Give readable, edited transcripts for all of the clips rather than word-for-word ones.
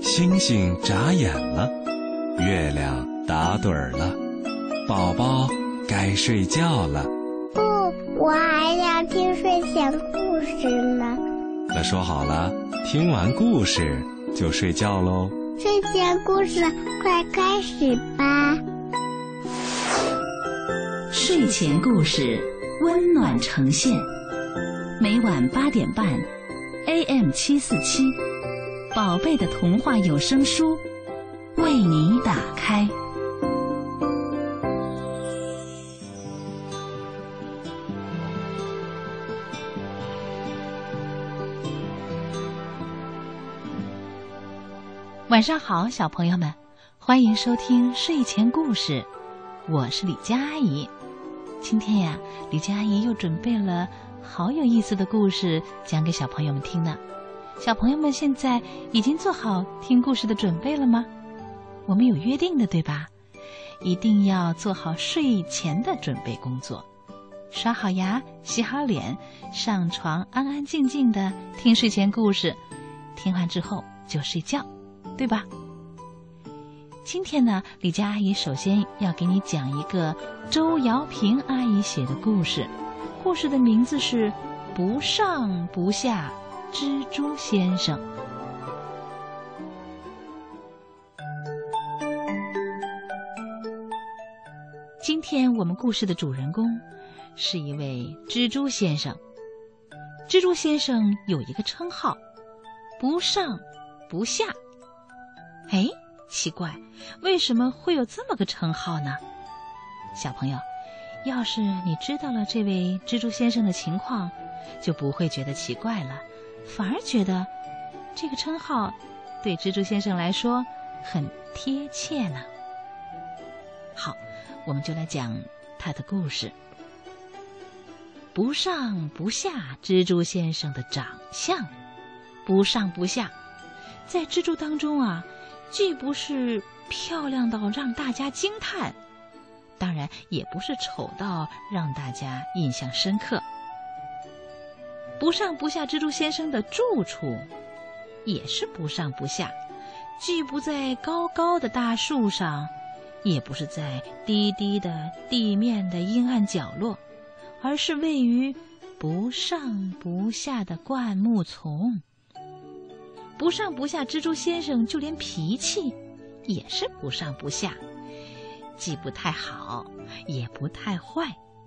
星星眨眼了，月亮打盹儿了，宝宝该睡觉了。 不，我还要听睡前故事呢。 那说好了，听完故事就睡觉喽。 睡前故事快开始吧。 睡前故事温暖呈现，每晚8点半 AM747，宝贝的童话有声书为你打开。晚上好，小朋友们，欢迎收听睡前故事，我是李佳阿姨。今天呀，李佳阿姨又准备了好有意思的故事讲给小朋友们听呢。小朋友们现在已经做好听故事的准备了吗？我们有约定的，对吧？一定要做好睡前的准备工作，刷好牙，洗好脸，上床安安静静的听睡前故事，听完之后就睡觉，对吧？今天呢，李佳阿姨首先要给你讲一个周瑶平阿姨写的故事，故事的名字是《不上不下蜘蛛先生》。今天我们故事的主人公是一位蜘蛛先生。蜘蛛先生有一个称号，不上不下。哎，奇怪，为什么会有这么个称号呢？小朋友，要是你知道了这位蜘蛛先生的情况，就不会觉得奇怪了，反而觉得这个称号对蜘蛛先生来说很贴切呢。好，我们就来讲他的故事。不上不下蜘蛛先生的长相，不上不下，在蜘蛛当中啊，既不是漂亮到让大家惊叹，当然也不是丑到让大家印象深刻。不上不下蜘蛛先生的住处也是不上不下，既不在高高的大树上，也不是在低低的地面的阴暗角落，而是位于不上不下的灌木丛。不上不下蜘蛛先生就连脾气也是不上不下，既不太好也不太坏。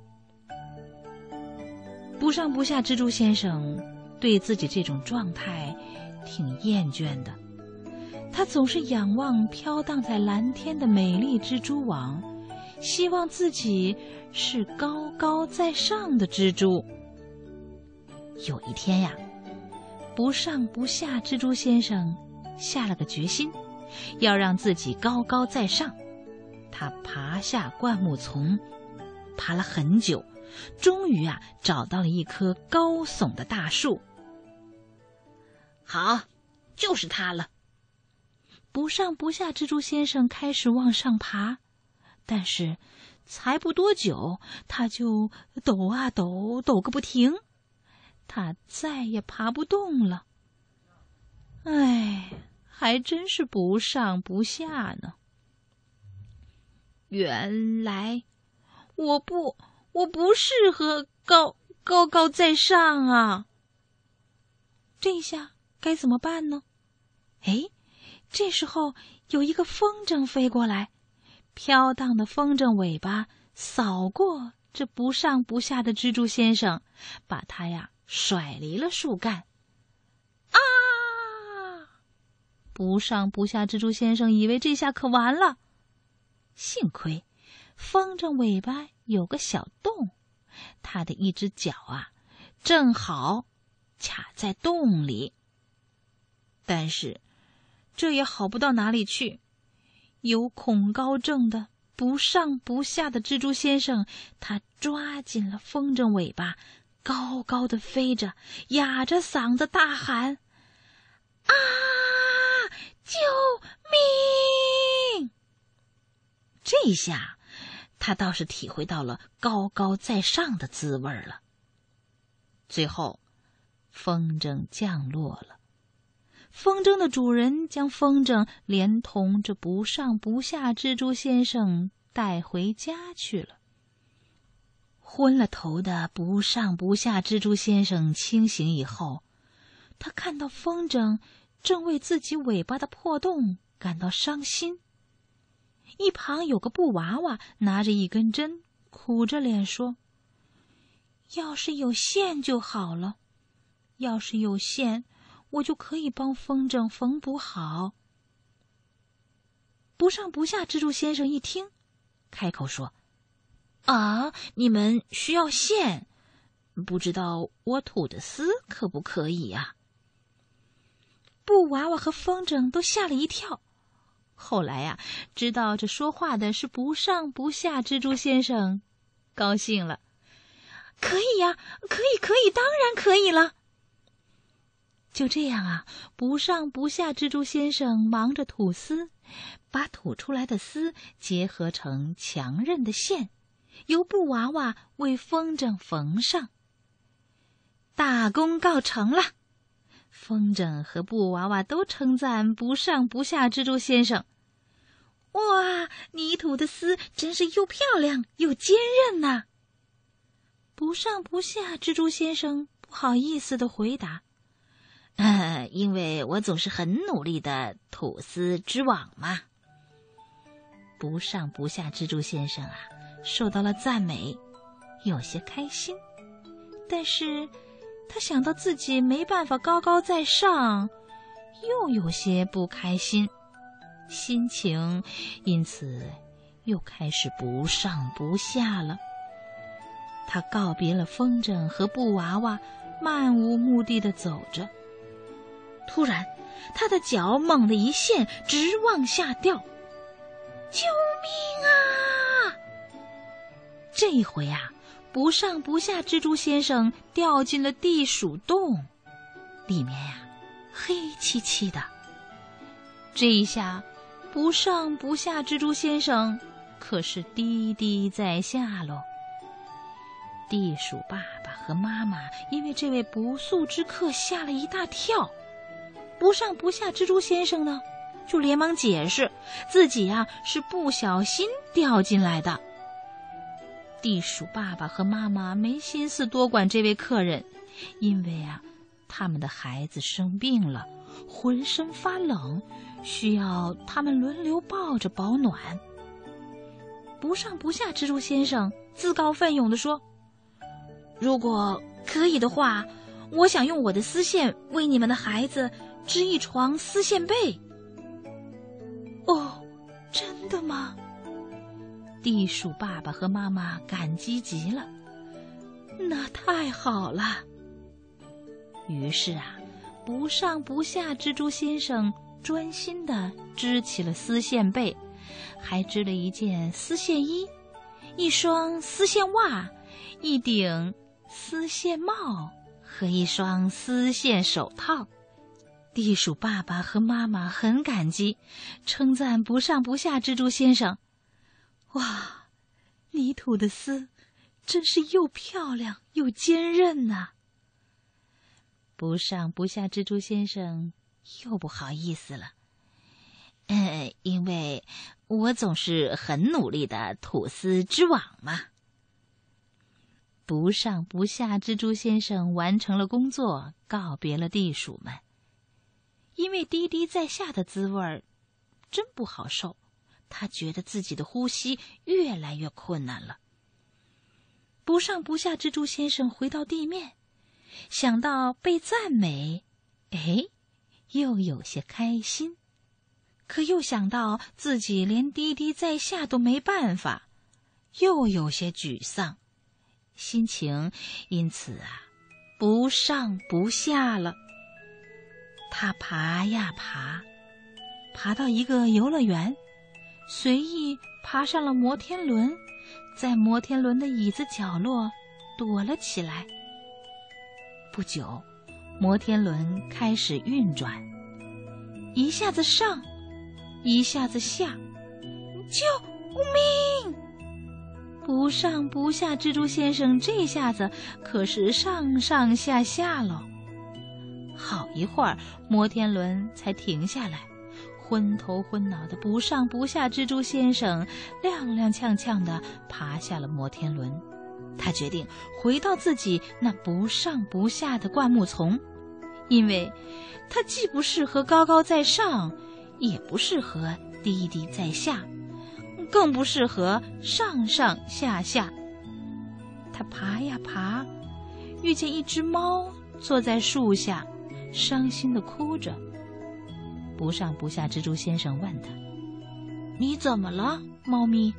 不上不下蜘蛛先生对自己这种状态挺厌倦的，他总是仰望飘荡在蓝天的美丽蜘蛛网，希望自己是高高在上的蜘蛛。有一天呀，不上不下蜘蛛先生下了个决心，要让自己高高在上。他爬下灌木丛，爬了很久，终于找到了一棵高耸的大树。好，就是它了。不上不下蜘蛛先生开始往上爬，但是才不多久，他就抖啊抖，抖个不停，他再也爬不动了。哎，还真是不上不下呢。原来我不适合高高在上啊。这下该怎么办呢？哎，这时候有一个风筝飞过来，飘荡的风筝尾巴扫过这不上不下的蜘蛛先生，把他甩离了树干。啊！不上不下蜘蛛先生以为这下可完了，幸亏风筝尾巴有个小洞，他的一只脚正好卡在洞里。但是这也好不到哪里去，有恐高症的不上不下的蜘蛛先生，他抓紧了风筝尾巴，高高的飞着，哑着嗓子大喊：啊！救命！这下他倒是体会到了高高在上的滋味了。最后风筝降落了， 风筝的主人将风筝连同这不上不下蜘蛛先生带回家去了。昏了头的不上不下蜘蛛先生清醒以后，他看到风筝正为自己尾巴的破洞感到伤心。一旁有个布娃娃拿着一根针，苦着脸说：“要是有线就好了，要是有线，我就可以帮风筝缝补好。”不上不下蜘蛛先生一听，开口说：“啊，你们需要线，不知道我吐的丝可不可以呀？”布娃娃和风筝都吓了一跳。后来呀，知道这说话的是不上不下蜘蛛先生，高兴了：“可以呀，可以，当然可以了。”就这样啊，不上不下蜘蛛先生忙着吐丝，把吐出来的丝结合成强韧的线，由布娃娃为风筝缝上。大功告成了，风筝和布娃娃都称赞不上不下蜘蛛先生：“哇，你吐的丝真是又漂亮又坚韧呐！”不上不下蜘蛛先生不好意思地回答：“因为我总是很努力地吐丝织网嘛。”不上不下蜘蛛先生啊，受到了赞美，有些开心，但是他想到自己没办法高高在上，又有些不开心，心情因此又开始不上不下了。他告别了风筝和布娃娃，漫无目的地走着。突然，他的脚猛地一陷，直往下掉。救命啊！这一回啊，不上不下蜘蛛先生掉进了地鼠洞，里面呀，黑漆漆的。这一下，不上不下蜘蛛先生可是低低在下喽。地鼠爸爸和妈妈因为这位不速之客吓了一大跳。不上不下蜘蛛先生呢，就连忙解释自己呀，是不小心掉进来的。地鼠爸爸和妈妈没心思多管这位客人，因为啊，他们的孩子生病了，浑身发冷，需要他们轮流抱着保暖。不上不下蜘蛛先生自告奋勇地说：“如果可以的话，我想用我的丝线为你们的孩子织一床丝线被。”哦，真的吗？地鼠爸爸和妈妈感激极了。那太好了。于是啊，不上不下蜘蛛先生专心地织起了丝线被，还织了一件丝线衣，一双丝线袜，一顶丝线帽和一双丝线手套。地鼠爸爸和妈妈很感激，称赞不上不下蜘蛛先生：“哇，你吐的丝真是又漂亮又坚韧呐！”不上不下蜘蛛先生又不好意思了：“因为我总是很努力的吐丝织网嘛。”不上不下蜘蛛先生完成了工作，告别了地鼠们。因为低低在下的滋味儿真不好受，他觉得自己的呼吸越来越困难了。不上不下蜘蛛先生回到地面，想到被赞美，又有些开心，可又想到自己连低低在下都没办法，又有些沮丧，心情因此啊，不上不下了。他爬呀爬，爬到一个游乐园，随意爬上了摩天轮，在摩天轮的椅子角落躲了起来。不久，摩天轮开始运转，一下子上，一下子下，救命！不上不下蜘蛛先生这下子可是上上下下了。 好一会儿，摩天轮才停下来。昏头昏脑的不上不下蜘蛛先生踉踉跄跄地爬下了摩天轮。他决定回到自己那不上不下的灌木丛，因为他既不适合高高在上，也不适合低低在下，更不适合上上下下。他爬呀爬，遇见一只猫坐在树下，伤心地哭着。不上不下蜘蛛先生问他：“你怎么了，猫咪？”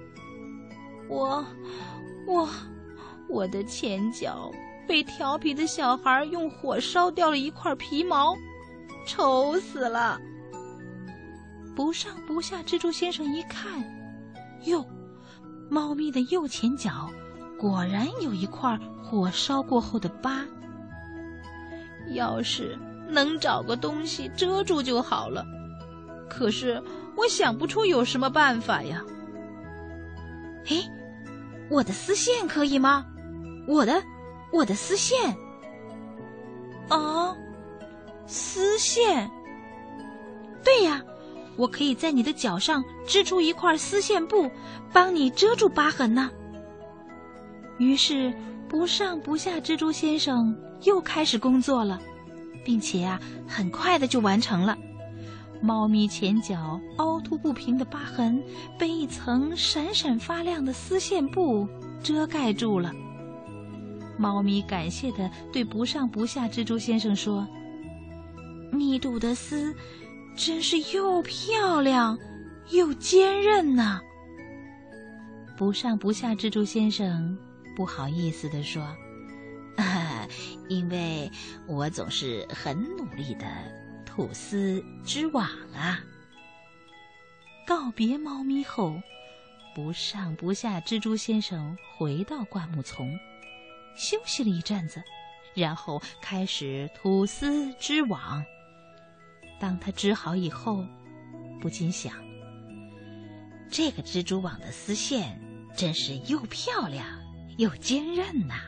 我的前脚被调皮的小孩用火烧掉了一块皮毛，丑死了。不上不下蜘蛛先生一看，哟，猫咪的右前脚果然有一块火烧过后的疤。要是能找个东西遮住就好了，可是我想不出有什么办法呀。诶，我的丝线可以吗？我的丝线。啊，丝线。对呀，我可以在你的脚上织出一块丝线布，帮你遮住疤痕呢。于是不上不下蜘蛛先生又开始工作了，并且很快的就完成了。猫咪前脚凹凸不平的疤痕被一层闪闪发亮的丝线布遮盖住了。猫咪感谢地对不上不下蜘蛛先生说：“你吐的丝真是又漂亮又坚韧呢。”不上不下蜘蛛先生不好意思地说：“因为我总是很努力地吐丝织网啊。”告别猫咪后，不上不下蜘蛛先生回到灌木丛，休息了一阵子，然后开始吐丝织网。当他织好以后，不禁想，这个蜘蛛网的丝线真是又漂亮又坚韧呐。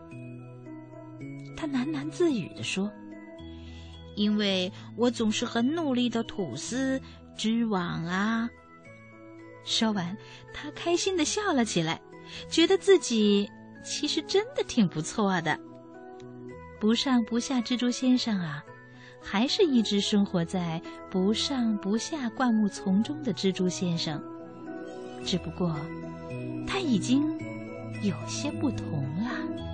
他喃喃自语地说：“因为我总是很努力地吐丝织网啊。”说完，他开心地笑了起来，觉得自己其实真的挺不错的。不上不下蜘蛛先生还是一直生活在不上不下灌木丛中的蜘蛛先生，只不过他已经有些不同了。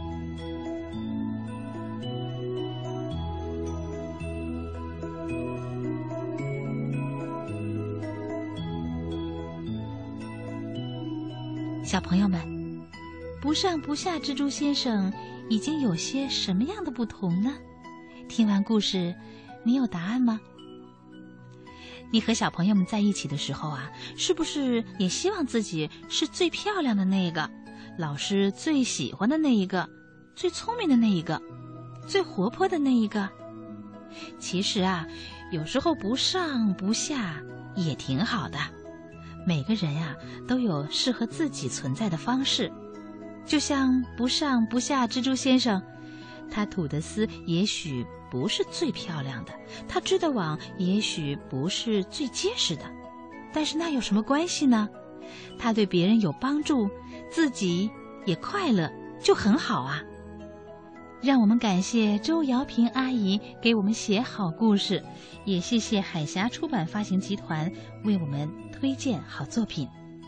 小朋友们，不上不下蜘蛛先生已经有些什么样的不同呢？听完故事，你有答案吗？你和小朋友们在一起的时候是不是也希望自己是最漂亮的那一个，老师最喜欢的那一个，最聪明的那一个，最活泼的那一个？其实有时候不上不下也挺好的。每个人都有适合自己存在的方式。就像不上不下蜘蛛先生，他吐的丝也许不是最漂亮的，他织的网也许不是最结实的，但是那有什么关系呢？他对别人有帮助，自己也快乐，就很好啊。让我们感谢周瑶萍阿姨给我们写好故事，也谢谢海峡出版发行集团为我们推荐好作品。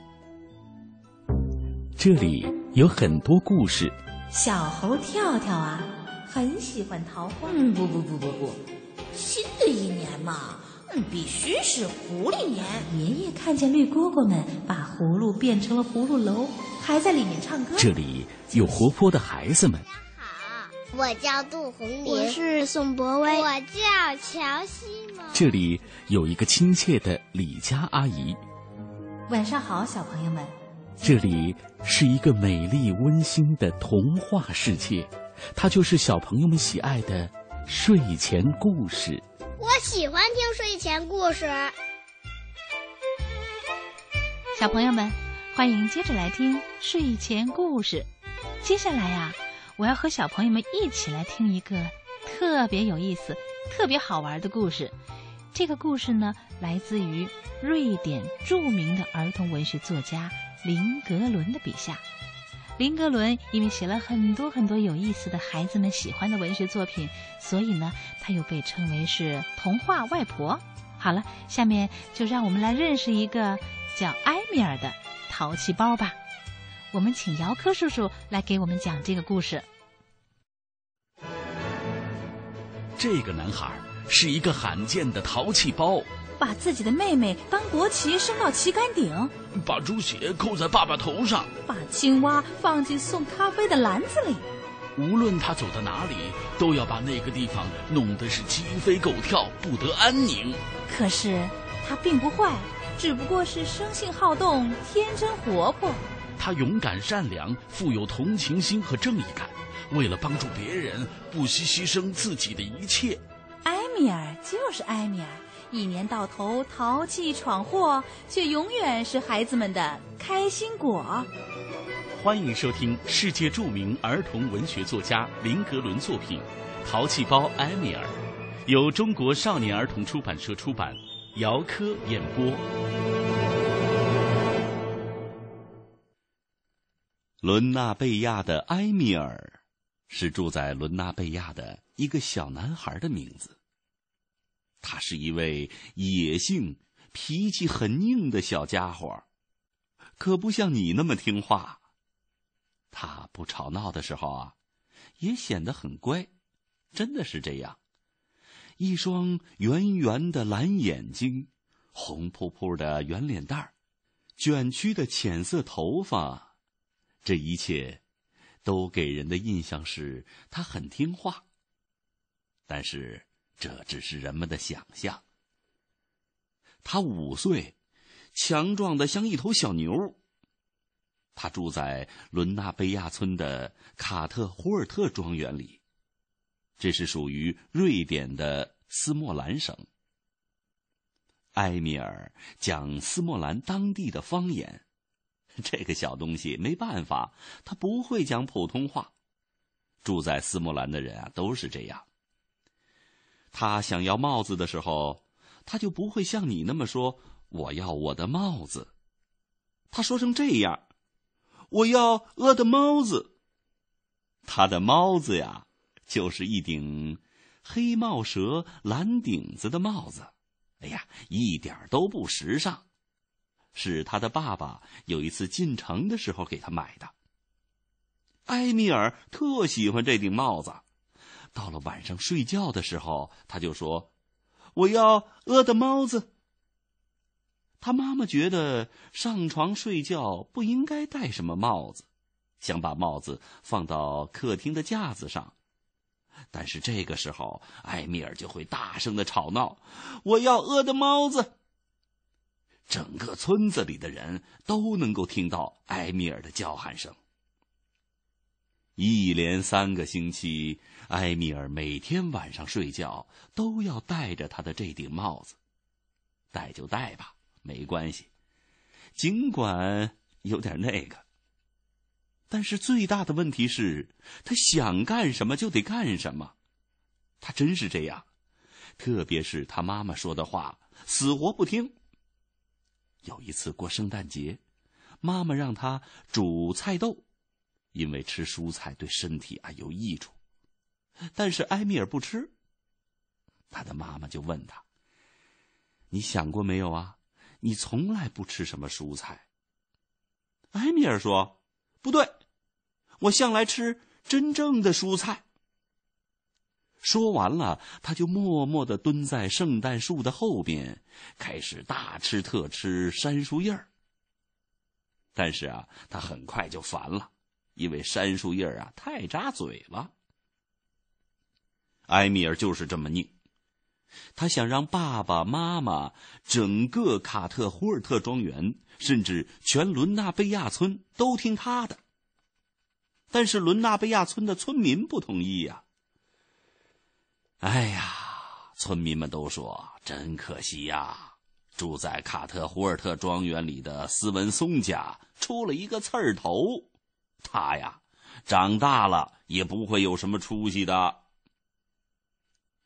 这里有很多故事。 小猴跳跳很喜欢桃花。 不，新的一年嘛，必须是狐狸年。 爷爷看见绿蝈蝈们把葫芦变成了葫芦楼，还在里面唱歌。 这里有活泼的孩子们。 我叫杜红林， 我是宋博威， 我叫乔西蒙。 这里有一个亲切的李佳阿姨。 晚上好，小朋友们。 这里是一个美丽温馨的童话世界，它就是小朋友们喜爱的睡前故事。 我喜欢听睡前故事。 小朋友们，欢迎接着来听睡前故事。接下来我要和小朋友们一起来听一个特别有意思、特别好玩的故事。这个故事呢，来自于瑞典著名的儿童文学作家林格伦的笔下。林格伦因为写了很多很多有意思的孩子们喜欢的文学作品，所以呢，他又被称为是童话外婆。好了，下面就让我们来认识一个叫埃米尔的淘气包吧。我们请姚科叔叔来给我们讲这个故事。 这个男孩是一个罕见的淘气包， 把自己的妹妹当国旗升到旗杆顶， 把猪血扣在爸爸头上， 把青蛙放进送咖啡的篮子里。 无论他走到哪里，都要把那个地方弄得是鸡飞狗跳，不得安宁。 可是他并不坏，只不过是生性好动，天真活泼。 他勇敢善良，富有同情心和正义感，为了帮助别人，不惜牺牲自己的一切。 埃米尔就是埃米尔，一年到头淘气闯祸，却永远是孩子们的开心果。 欢迎收听世界著名儿童文学作家林格伦作品《淘气包埃米尔》，由中国少年儿童出版社出版，姚科演播。伦纳贝亚的埃米尔是住在伦纳贝亚的一个小男孩的名字。他是一位野性、脾气很硬的小家伙，可不像你那么听话。他不吵闹的时候啊，也显得很乖，真的是这样。一双圆圆的蓝眼睛，红扑扑的圆脸蛋儿，卷曲的浅色头发，这一切都给人的印象是他很听话。但是这只是人们的想象。他5岁，强壮得像一头小牛。他住在伦纳贝亚村的卡特胡尔特庄园里，这是属于瑞典的斯莫兰省。埃米尔讲斯莫兰当地的方言，这个小东西没办法，他不会讲普通话。住在斯莫兰的人啊，都是这样。他想要帽子的时候，他就不会像你那么说我要我的帽子，他说成这样，我要我的帽子。他的帽子呀，就是一顶黑帽蛇蓝顶子的帽子。哎呀，一点都不时尚，是他的爸爸有一次进城的时候给他买的。埃米尔特喜欢这顶帽子，到了晚上睡觉的时候，他就说我要我的帽子。他妈妈觉得上床睡觉不应该戴什么帽子，想把帽子放到客厅的架子上。但是这个时候，埃米尔就会大声地吵闹，我要我的帽子。整个村子里的人都能够听到埃米尔的叫喊声。一连3个星期，埃米尔每天晚上睡觉都要戴着他的这顶帽子。戴就戴吧，没关系，尽管有点那个。但是最大的问题是，他想干什么就得干什么。他真是这样，特别是他妈妈说的话，死活不听。有一次过圣诞节，妈妈让他煮菜豆，因为吃蔬菜对身体有益处。但是埃米尔不吃。他的妈妈就问他，你想过没有啊？你从来不吃什么蔬菜。埃米尔说，不对，我向来吃真正的蔬菜。说完了，他就默默地蹲在圣诞树的后边，开始大吃特吃山树叶儿。但是他很快就烦了，因为山树叶儿太扎嘴了。埃米尔就是这么拧，他想让爸爸妈妈、整个卡特胡尔特庄园，甚至全伦纳贝亚村都听他的。但是伦纳贝亚村的村民不同意呀。哎呀，村民们都说真可惜呀，住在卡特胡尔特庄园里的斯文松家出了一个刺儿头，他呀长大了也不会有什么出息的。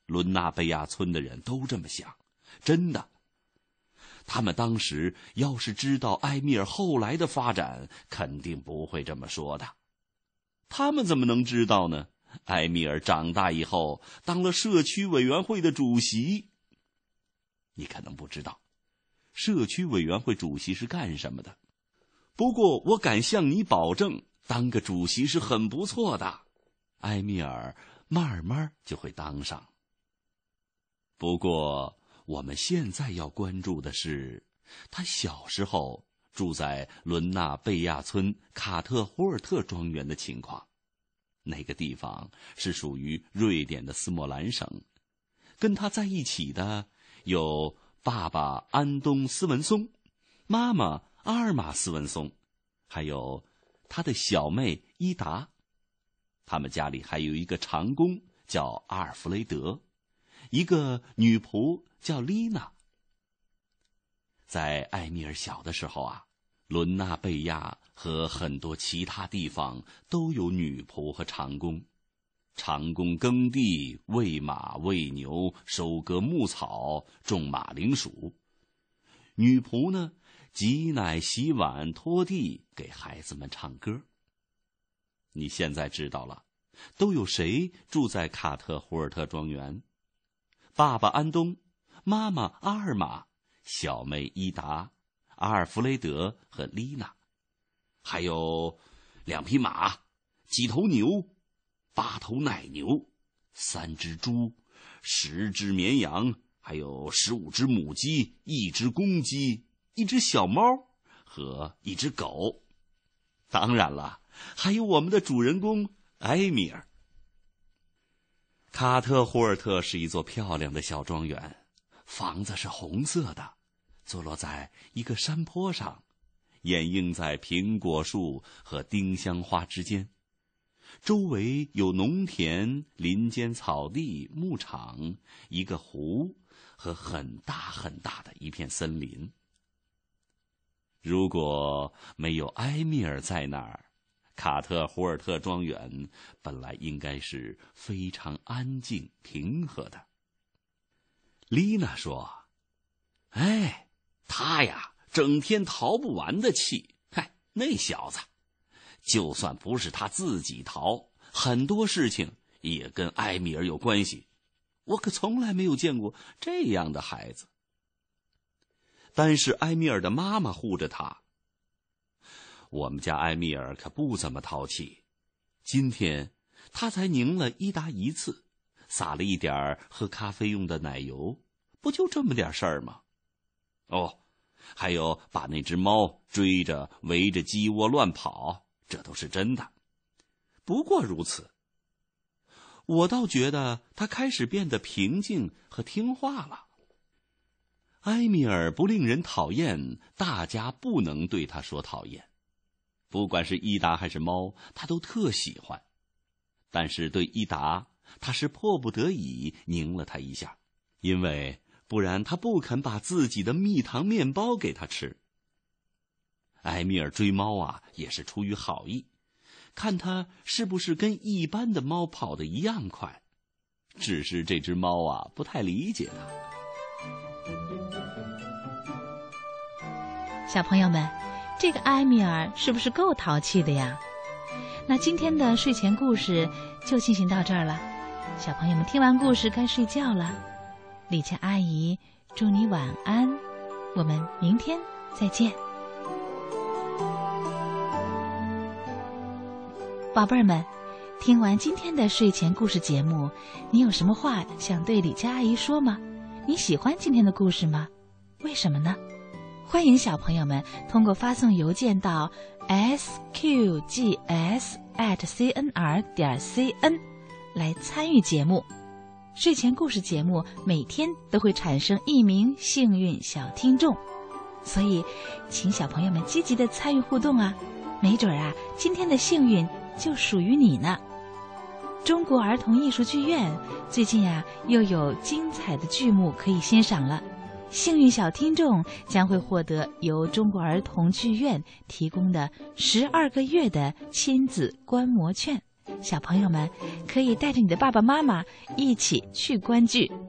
伦纳贝亚村的人都这么想，真的。他们当时要是知道埃米尔后来的发展，肯定不会这么说的。他们怎么能知道呢？埃米尔长大以后当了社区委员会的主席。你可能不知道，社区委员会主席是干什么的。不过我敢向你保证，当个主席是很不错的。埃米尔慢慢就会当上。不过我们现在要关注的是，他小时候住在伦纳贝亚村卡特霍尔特庄园的情况。那个地方是属于瑞典的斯莫兰省。跟他在一起的有爸爸安东斯文松，妈妈阿尔玛斯文松，还有他的小妹伊达。他们家里还有一个长工叫阿尔弗雷德，一个女仆叫丽娜。在埃米尔小的时候啊，伦纳贝亚和很多其他地方都有女仆和长工。长工耕地、喂马、喂牛、收割牧草、种马铃薯。女仆呢，挤奶、洗碗、拖地，给孩子们唱歌。你现在知道了，都有谁住在卡特霍尔特庄园？爸爸安东，妈妈阿尔玛，小妹伊达，阿尔弗雷德和丽娜，还有2匹马、几头牛、8头奶牛、3只猪、10只绵羊，还有15只母鸡、1只公鸡、1只小猫和1只狗。当然了，还有我们的主人公埃米尔。卡特霍尔特是一座漂亮的小庄园，房子是红色的，坐落在一个山坡上，掩映在苹果树和丁香花之间。周围有农田、林间草地、牧场、一个湖和很大很大的一片森林。如果没有埃米尔在那儿，卡特霍尔特庄园本来应该是非常安静平和的。丽娜说：“哎，他呀，整天逃不完的气。嗨，那小子，就算不是他自己逃，很多事情也跟埃米尔有关系。我可从来没有见过这样的孩子。”但是埃米尔的妈妈护着他。我们家埃米尔可不怎么淘气，今天他才拧了伊达1次，撒了一点喝咖啡用的奶油，不就这么点事儿吗？哦，还有把那只猫追着围着鸡窝乱跑，这都是真的。不过如此，我倒觉得他开始变得平静和听话了。埃米尔不令人讨厌，大家不能对他说讨厌。不管是伊达还是猫，他都特喜欢。但是对伊达，他是迫不得已拧了他一下，因为不然他不肯把自己的蜜糖面包给他吃。埃米尔追猫啊，也是出于好意，看他是不是跟一般的猫跑得一样快。只是这只猫啊，不太理解他。 小朋友们，这个埃米尔是不是够淘气的呀？那今天的睡前故事就进行到这儿了。小朋友们听完故事该睡觉了。李佳阿姨祝你晚安，我们明天再见。宝贝儿们，听完今天的睡前故事节目，你有什么话想对李佳阿姨说吗？你喜欢今天的故事吗？为什么呢？欢迎小朋友们通过发送邮件到 sqgs@cnr.cn 来参与节目。睡前故事节目每天都会产生1名幸运小听众，所以请小朋友们积极的参与互动啊，没准啊，今天的幸运就属于你呢。中国儿童艺术剧院最近啊，又有精彩的剧目可以欣赏了。幸运小听众将会获得由中国儿童剧院提供的12个月的亲子观摩券。 小朋友们可以带着你的爸爸妈妈一起去观剧。